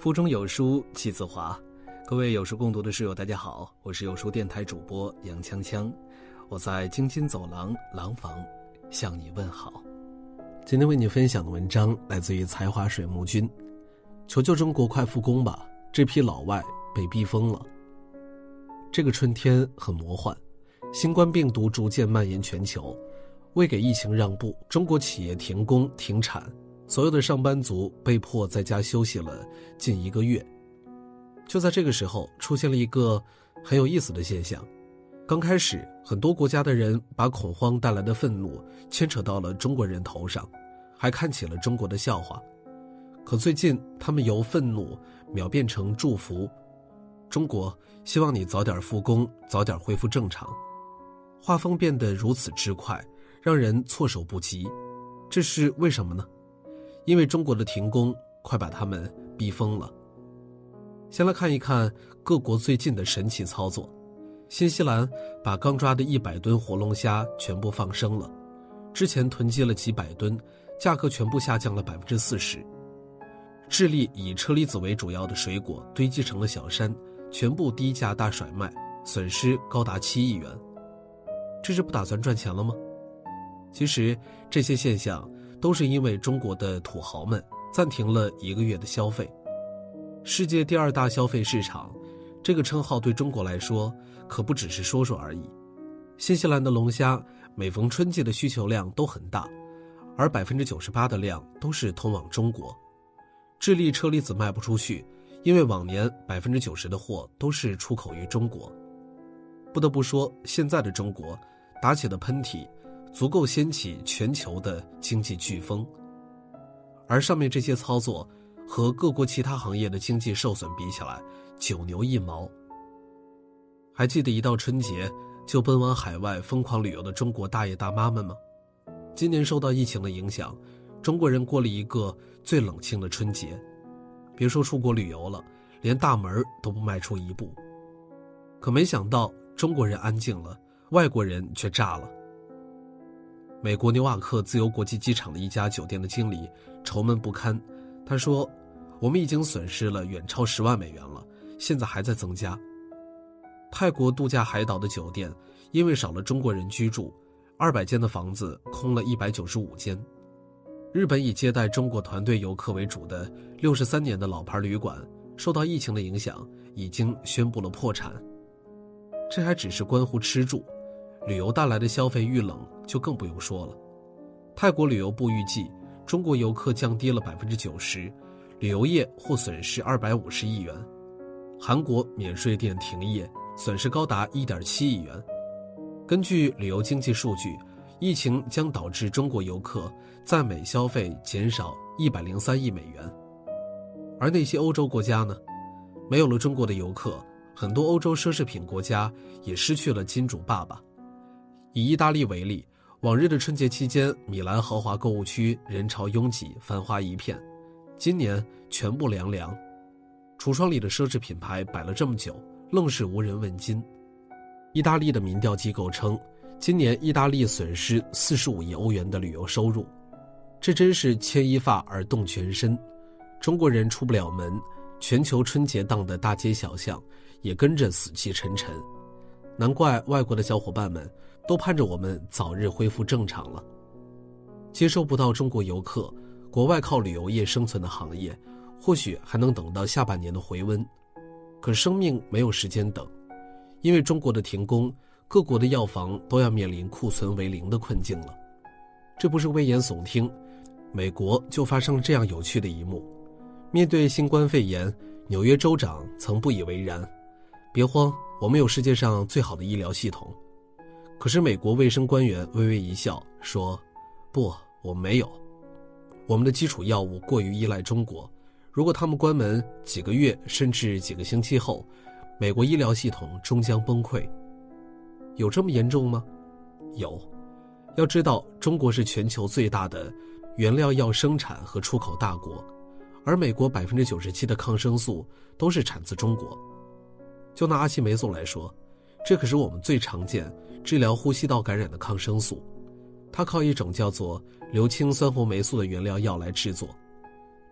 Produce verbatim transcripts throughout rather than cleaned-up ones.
腹中有书气自华。各位有书共读的室友大家好，我是有书电台主播杨锵锵，我在京津走廊廊坊向你问好。今天为你分享的文章来自于才华水木君。求求中国快复工吧，这批老外被逼疯了。这个春天很魔幻，新冠病毒逐渐蔓延全球，为给疫情让步，中国企业停工停产，所有的上班族被迫在家休息了近一个月。就在这个时候，出现了一个很有意思的现象。刚开始，很多国家的人把恐慌带来的愤怒牵扯到了中国人头上，还看起了中国的笑话。可最近，他们由愤怒秒变成祝福。中国，希望你早点复工，早点恢复正常。画风变得如此之快，让人措手不及。这是为什么呢？因为中国的停工快把他们逼疯了。先来看一看各国最近的神奇操作。新西兰把刚抓的一百吨活龙虾全部放生了，之前囤积了几百吨，价格全部下降了 百分之四十。 智利以车厘子为主要的水果堆积成了小山，全部低价大甩卖，损失高达七亿元。这是不打算赚钱了吗？其实这些现象都是因为中国的土豪们暂停了一个月的消费。世界第二大消费市场，这个称号对中国来说可不只是说说而已。新西兰的龙虾每逢春季的需求量都很大，而 百分之九十八 的量都是通往中国。智利车厘子卖不出去，因为往年 百分之九十 的货都是出口于中国。不得不说，现在的中国打起的喷嚏足够掀起全球的经济飓风。而上面这些操作和各国其他行业的经济受损比起来，九牛一毛。还记得一到春节就奔往海外疯狂旅游的中国大爷大妈们吗？今年受到疫情的影响，中国人过了一个最冷清的春节，别说出国旅游了，连大门都不迈出一步。可没想到中国人安静了，外国人却炸了。美国纽瓦克自由国际机场的一家酒店的经理愁闷不堪，他说，我们已经损失了远超十万美元了，现在还在增加。泰国度假海岛的酒店因为少了中国人居住，二百间的房子空了一百九十五间。日本以接待中国团队游客为主的六十三年的老牌旅馆，受到疫情的影响，已经宣布了破产。这还只是关乎吃住，旅游带来的消费遇冷就更不用说了。泰国旅游部预计，中国游客降低了 百分之九十， 旅游业或损失二百五十亿元。韩国免税店停业，损失高达 一点七亿元。根据旅游经济数据，疫情将导致中国游客在美消费减少一百零三亿美元。而那些欧洲国家呢？没有了中国的游客，很多欧洲奢侈品国家也失去了金主爸爸。以意大利为例，往日的春节期间，米兰豪华购物区人潮拥挤，繁华一片，今年全部凉凉。橱窗里的奢侈品牌摆了这么久，愣是无人问津。意大利的民调机构称，今年意大利损失四十五亿欧元的旅游收入，这真是牵一发而动全身。中国人出不了门，全球春节档的大街小巷也跟着死气沉沉。难怪外国的小伙伴们都盼着我们早日恢复正常了。接收不到中国游客，国外靠旅游业生存的行业或许还能等到下半年的回温，可生命没有时间等。因为中国的停工，各国的药房都要面临库存为零的困境了。这不是危言耸听，美国就发生了这样有趣的一幕。面对新冠肺炎，纽约州长曾不以为然，别慌，我们有世界上最好的医疗系统。可是美国卫生官员微微一笑说，不，我们没有。我们的基础药物过于依赖中国，如果他们关门，几个月甚至几个星期后，美国医疗系统终将崩溃。有这么严重吗？有。要知道，中国是全球最大的原料药生产和出口大国，而美国 百分之九十七 的抗生素都是产自中国。就拿阿奇霉素来说，这可是我们最常见治疗呼吸道感染的抗生素，它靠一种叫做硫氰酸红霉素的原料药来制作。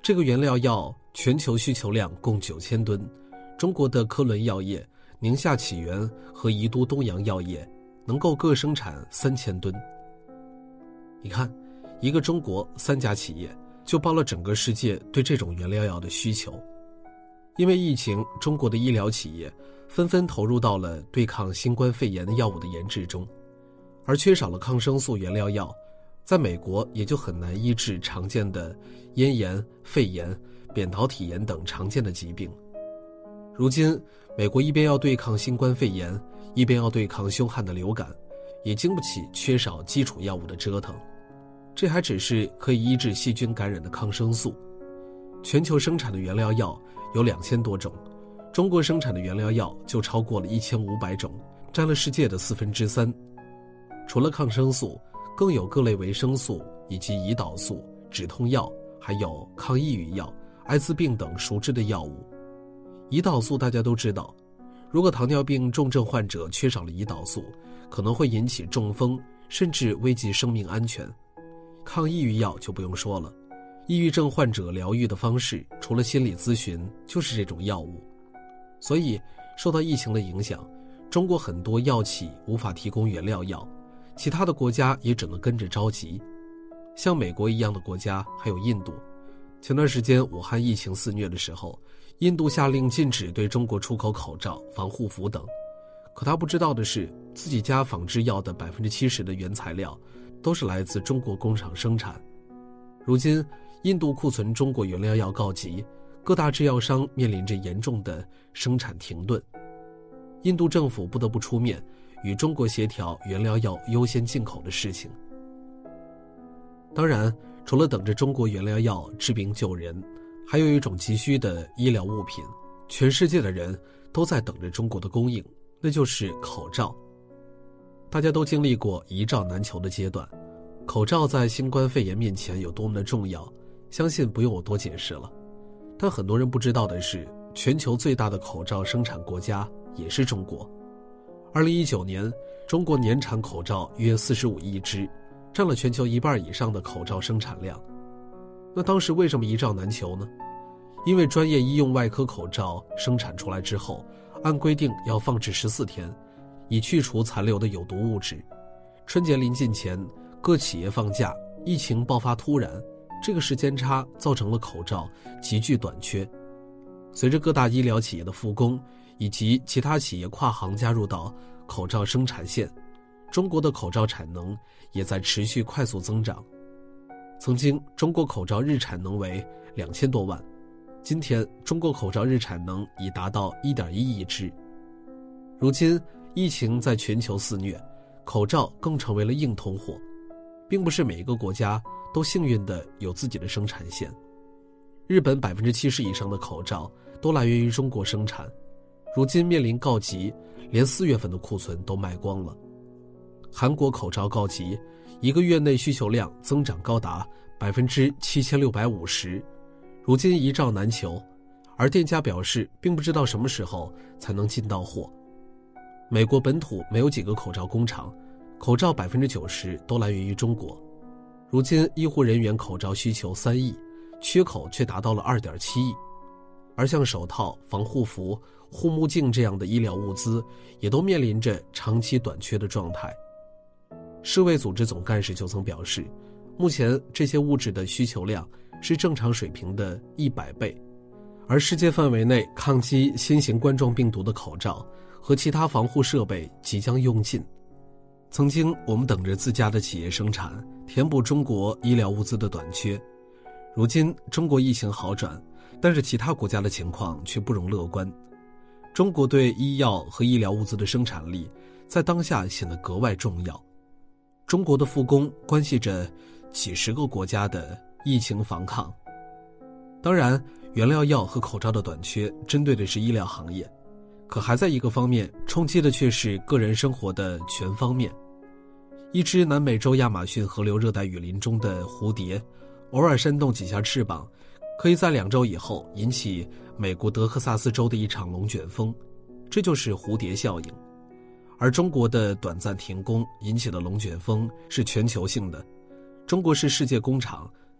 这个原料药全球需求量共九千吨，中国的科伦药业、宁夏起源和宜都东洋药业能够各生产三千吨。你看，一个中国三家企业就包了整个世界对这种原料药的需求。因为疫情，中国的医疗企业纷纷投入到了对抗新冠肺炎的药物的研制中，而缺少了抗生素原料药，在美国也就很难医治常见的咽炎、肺炎、扁桃体炎等常见的疾病。如今，美国一边要对抗新冠肺炎，一边要对抗凶悍的流感，也经不起缺少基础药物的折腾。这还只是可以医治细菌感染的抗生素。全球生产的原料药有两千多种，中国生产的原料药就超过了一千五百种，占了世界的四分之三。除了抗生素，更有各类维生素以及胰岛素、止痛药，还有抗抑郁药、艾滋病等熟知的药物。胰岛素大家都知道，如果糖尿病重症患者缺少了胰岛素，可能会引起中风，甚至危及生命安全。抗抑郁药就不用说了，抑郁症患者疗愈的方式除了心理咨询就是这种药物。所以受到疫情的影响，中国很多药企无法提供原料药，其他的国家也只能跟着着急。像美国一样的国家还有印度，前段时间武汉疫情肆虐的时候，印度下令禁止对中国出口口罩、防护服等。可他不知道的是，自己家仿制药的 百分之七十 的原材料都是来自中国工厂生产。如今印度库存中国原料药告急，各大制药商面临着严重的生产停顿。印度政府不得不出面与中国协调原料药优先进口的事情。当然，除了等着中国原料药治病救人，还有一种急需的医疗物品，全世界的人都在等着中国的供应，那就是口罩。大家都经历过一罩难求的阶段，口罩在新冠肺炎面前有多么的重要，相信不用我多解释了。但很多人不知道的是，全球最大的口罩生产国家也是中国。二零一九年，中国年产口罩约四十五亿只，占了全球一半以上的口罩生产量。那当时为什么一罩难求呢？因为专业医用外科口罩生产出来之后，按规定要放置十四天，以去除残留的有毒物质。春节临近前，各企业放假，疫情爆发突然，这个时间差造成了口罩急剧短缺。随着各大医疗企业的复工，以及其他企业跨行加入到口罩生产线，中国的口罩产能也在持续快速增长。曾经中国口罩日产能为两千多万，今天中国口罩日产能已达到 一点一亿只。如今疫情在全球肆虐，口罩更成为了硬通货，并不是每一个国家都幸运的有自己的生产线。日本 百分之七十 以上的口罩都来源于中国生产，如今面临告急，连四月份的库存都卖光了。韩国口罩告急，一个月内需求量增长高达 百分之七千六百五十， 如今一罩难求，而店家表示并不知道什么时候才能进到货。美国本土没有几个口罩工厂，口罩 百分之九十 都来源于中国。如今医护人员口罩需求三亿，缺口却达到了 二点七亿，而像手套、防护服、护目镜这样的医疗物资也都面临着长期短缺的状态。世卫组织总干事就曾表示，目前这些物质的需求量是正常水平的一百倍，而世界范围内抗击新型冠状病毒的口罩和其他防护设备即将用尽。曾经我们等着自家的企业生产，填补中国医疗物资的短缺。如今中国疫情好转，但是其他国家的情况却不容乐观。中国对医药和医疗物资的生产力在当下显得格外重要。中国的复工关系着几十个国家的疫情防抗。当然，原料药和口罩的短缺针对的是医疗行业，可还在一个方面冲击的却是个人生活的全方面。一只南美洲亚马逊河流热带雨林中的蝴蝶，偶尔扇动几下翅膀，可以在两周以后引起美国德克萨斯州的一场龙卷风，这就是蝴蝶效应。而中国的短暂停工引起的龙卷风是全球性的，中国是世界工厂，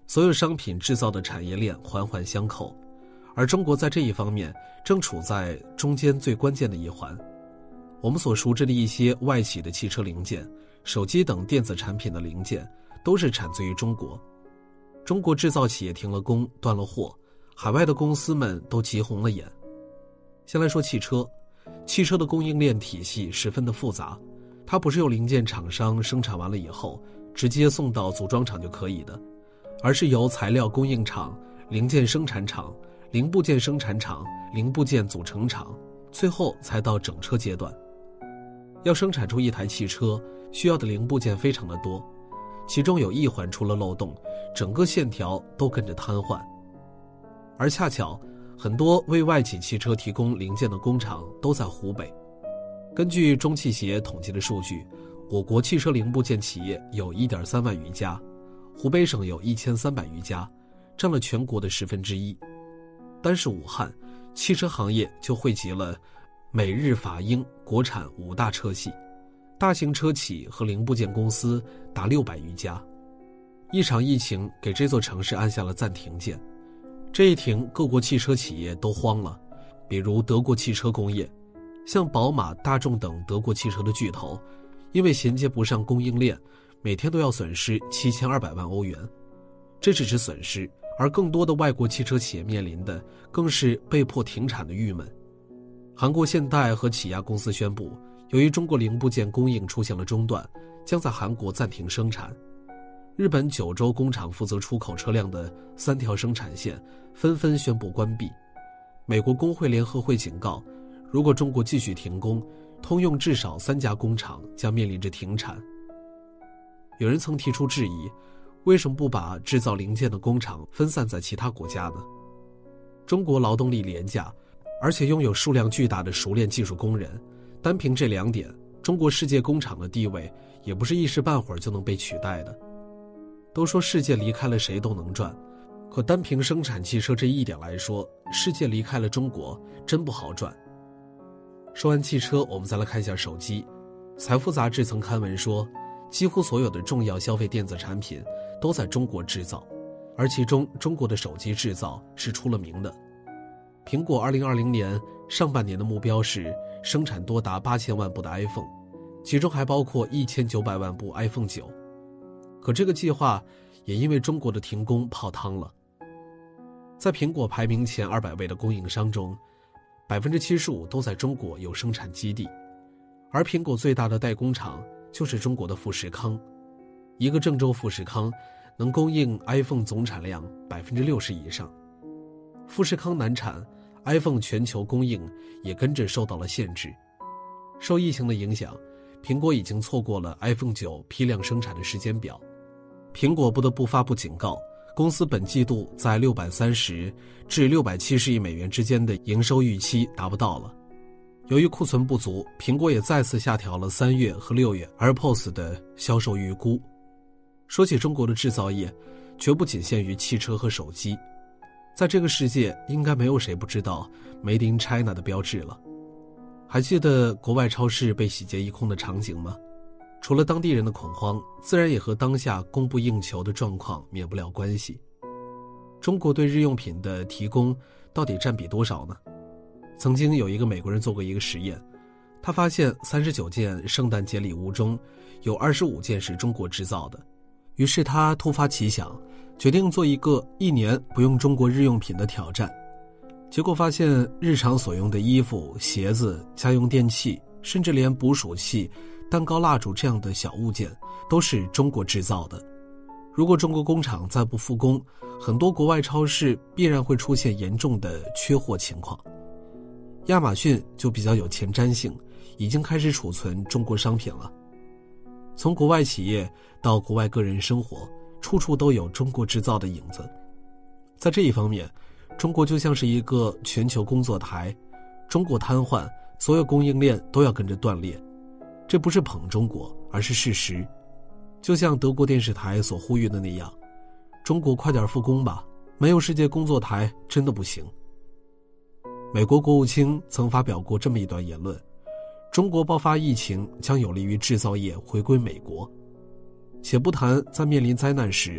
所有商品制造的产业链环环相扣，而中国在这一方面正处在中间最关键的一环。我们所熟知的一些外企的汽车零件、手机等电子产品的零件都是产自于中国。中国制造企业停了工，断了货，海外的公司们都急红了眼。先来说汽车，汽车的供应链体系十分的复杂，它不是由零件厂商生产完了以后直接送到组装厂就可以的，而是由材料供应厂、零件生产厂、零部件生产厂、零部件组成厂，最后才到整车阶段。要生产出一台汽车，需要的零部件非常的多，其中有一环出了漏洞，整个线条都跟着瘫痪。而恰巧很多为外企汽车提供零件的工厂都在湖北。根据中汽协统计的数据，我国汽车零部件企业有 一点三万余家，湖北省有一千三百余家，占了全国的十分之一。单是武汉，汽车行业就汇集了美日法英国产五大车系，大型车企和零部件公司达六百余家。一场疫情给这座城市按下了暂停键，这一停，各国汽车企业都慌了，比如德国汽车工业，像宝马、大众等德国汽车的巨头，因为衔接不上供应链，每天都要损失七千二百万欧元。这只是损失，而更多的外国汽车企业面临的更是被迫停产的郁闷。韩国现代和起亚公司宣布，由于中国零部件供应出现了中断，将在韩国暂停生产。日本九州工厂负责出口车辆的三条生产线纷纷宣布关闭。美国工会联合会警告，如果中国继续停工，通用至少三家工厂将面临着停产。有人曾提出质疑，为什么不把制造零件的工厂分散在其他国家呢？中国劳动力廉价，而且拥有数量巨大的熟练技术工人，单凭这两点，中国世界工厂的地位也不是一时半会儿就能被取代的。都说世界离开了谁都能赚，可单凭生产汽车这一点来说，世界离开了中国真不好赚。说完汽车，我们再来看一下手机。财富杂志曾刊文说，几乎所有的重要消费电子产品都在中国制造，而其中中国的手机制造是出了名的。苹果二零二零年上半年的目标是生产多达八千万部的 iPhone， 其中还包括一千九百万部 iPhone 九。可这个计划也因为中国的停工泡汤了。在苹果排名前二百位的供应商中， 百分之七十五 都在中国有生产基地，而苹果最大的代工厂就是中国的富士康。一个郑州富士康能供应 iPhone 总产量 百分之六十 以上。富士康难产， iPhone 全球供应也跟着受到了限制。受疫情的影响，苹果已经错过了 iPhone 九批量生产的时间表。苹果不得不发布警告，公司本季度在六百三十至六百七十亿美元之间的营收预期达不到了。由于库存不足，苹果也再次下调了三月和六月 AirPods 的销售预估。说起中国的制造业，绝不仅限于汽车和手机。在这个世界，应该没有谁不知道 Made in China 的标志了。还记得国外超市被洗劫一空的场景吗？除了当地人的恐慌，自然也和当下供不应求的状况免不了关系。中国对日用品的提供到底占比多少呢？曾经有一个美国人做过一个实验，他发现三十九件圣诞节礼物中有二十五件是中国制造的。于是他突发奇想，决定做一个一年不用中国日用品的挑战。结果发现，日常所用的衣服、鞋子、家用电器，甚至连捕鼠器、蛋糕、蜡烛这样的小物件都是中国制造的。如果中国工厂再不复工，很多国外超市必然会出现严重的缺货情况。亚马逊就比较有前瞻性，已经开始储存中国商品了。从国外企业到国外个人生活，处处都有中国制造的影子。在这一方面，中国就像是一个全球工作台，中国瘫痪，所有供应链都要跟着断裂。这不是捧中国，而是事实。就像德国电视台所呼吁的那样，中国快点复工吧，没有世界工作台真的不行。美国国务卿曾发表过这么一段言论，中国爆发疫情将有利于制造业回归美国。且不谈在面临灾难时，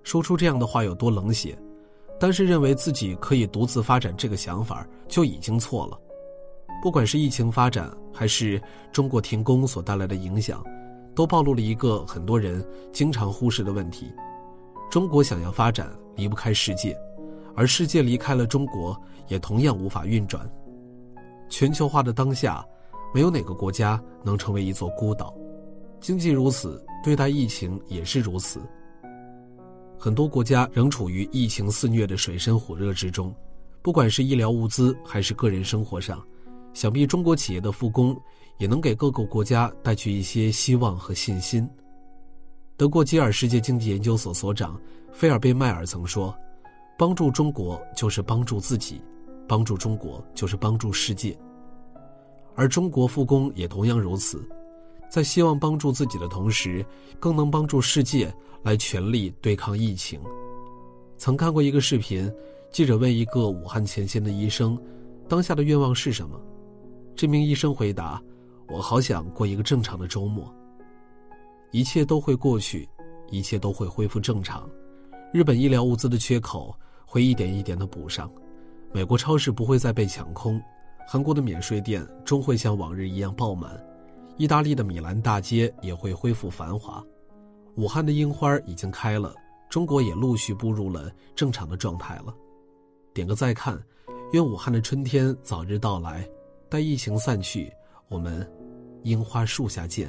说出这样的话有多冷血，但是认为自己可以独自发展这个想法就已经错了。不管是疫情发展还是中国停工所带来的影响，都暴露了一个很多人经常忽视的问题：中国想要发展离不开世界，而世界离开了中国也同样无法运转。全球化的当下，没有哪个国家能成为一座孤岛，经济如此，对待疫情也是如此。很多国家仍处于疫情肆虐的水深火热之中，不管是医疗物资还是个人生活上，想必中国企业的复工也能给各个国家带去一些希望和信心。德国基尔世界经济研究所所长菲尔贝迈尔曾说，帮助中国就是帮助自己，帮助中国就是帮助世界。而中国复工也同样如此，在希望帮助自己的同时，更能帮助世界来全力对抗疫情。曾看过一个视频，记者问一个武汉前线的医生，当下的愿望是什么？这名医生回答，我好想过一个正常的周末。一切都会过去，一切都会恢复正常。日本医疗物资的缺口会一点一点地补上，美国超市不会再被抢空，韩国的免税店终会像往日一样爆满，意大利的米兰大街也会恢复繁华，武汉的樱花已经开了，中国也陆续步入了正常的状态了。点个再看，愿武汉的春天早日到来，待疫情散去，我们樱花树下见。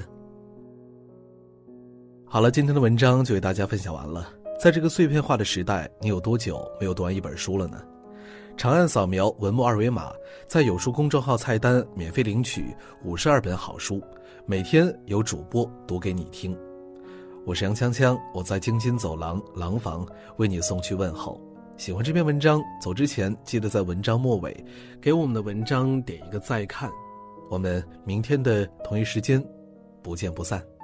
好了，今天的文章就为大家分享完了。在这个碎片化的时代，你有多久没有读完一本书了呢？长按扫描文末二维码，在有书公众号菜单免费领取五十二本好书，每天有主播读给你听。我是杨锵锵，我在京津走廊廊坊为你送去问候。喜欢这篇文章，走之前记得在文章末尾给我们的文章点一个再看。我们明天的同一时间不见不散。